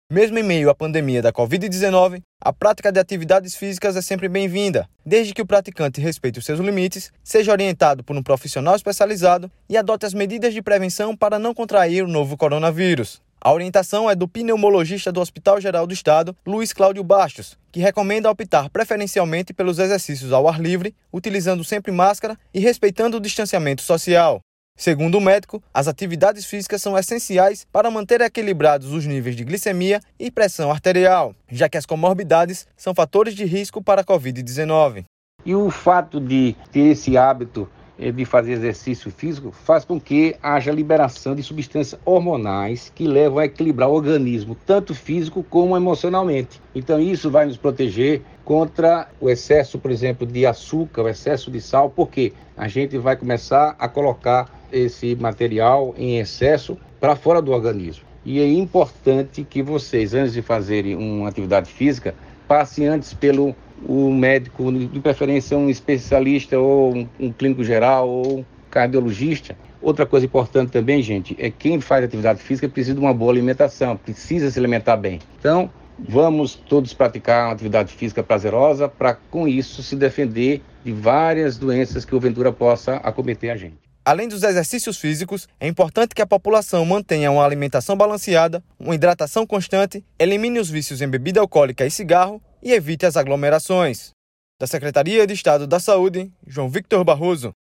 Mesmo em meio à pandemia da Covid-19, a prática de atividades físicas é sempre bem-vinda, desde que o praticante respeite os seus limites, seja orientado por um profissional especializado e adote as medidas de prevenção para não contrair o novo coronavírus. A orientação é do pneumologista do Hospital Geral do Estado, Luiz Cláudio Bastos, que recomenda optar preferencialmente pelos exercícios ao ar livre, utilizando sempre máscara e respeitando o distanciamento social. Segundo o médico, as atividades físicas são essenciais para manter equilibrados os níveis de glicemia e pressão arterial, já que as comorbidades são fatores de risco para a Covid-19. E o fato de ter esse hábito de fazer exercício físico faz com que haja liberação de substâncias hormonais que levam a equilibrar o organismo, tanto físico como emocionalmente. Então isso vai nos proteger contra o excesso, por exemplo, de açúcar, o excesso de sal, porque a gente vai começar a colocar esse material em excesso para fora do organismo. E é importante que vocês, antes de fazerem uma atividade física, passem antes pelo médico, de preferência um especialista ou um clínico geral ou um cardiologista. Outra coisa importante também, gente, é quem faz atividade física precisa de uma boa alimentação, precisa se alimentar bem. Então, vamos todos praticar uma atividade física prazerosa para, com isso, se defender de várias doenças que porventura possa acometer a gente. Além dos exercícios físicos, é importante que a população mantenha uma alimentação balanceada, uma hidratação constante, elimine os vícios em bebida alcoólica e cigarro e evite as aglomerações. Da Secretaria de Estado da Saúde, João Victor Barroso.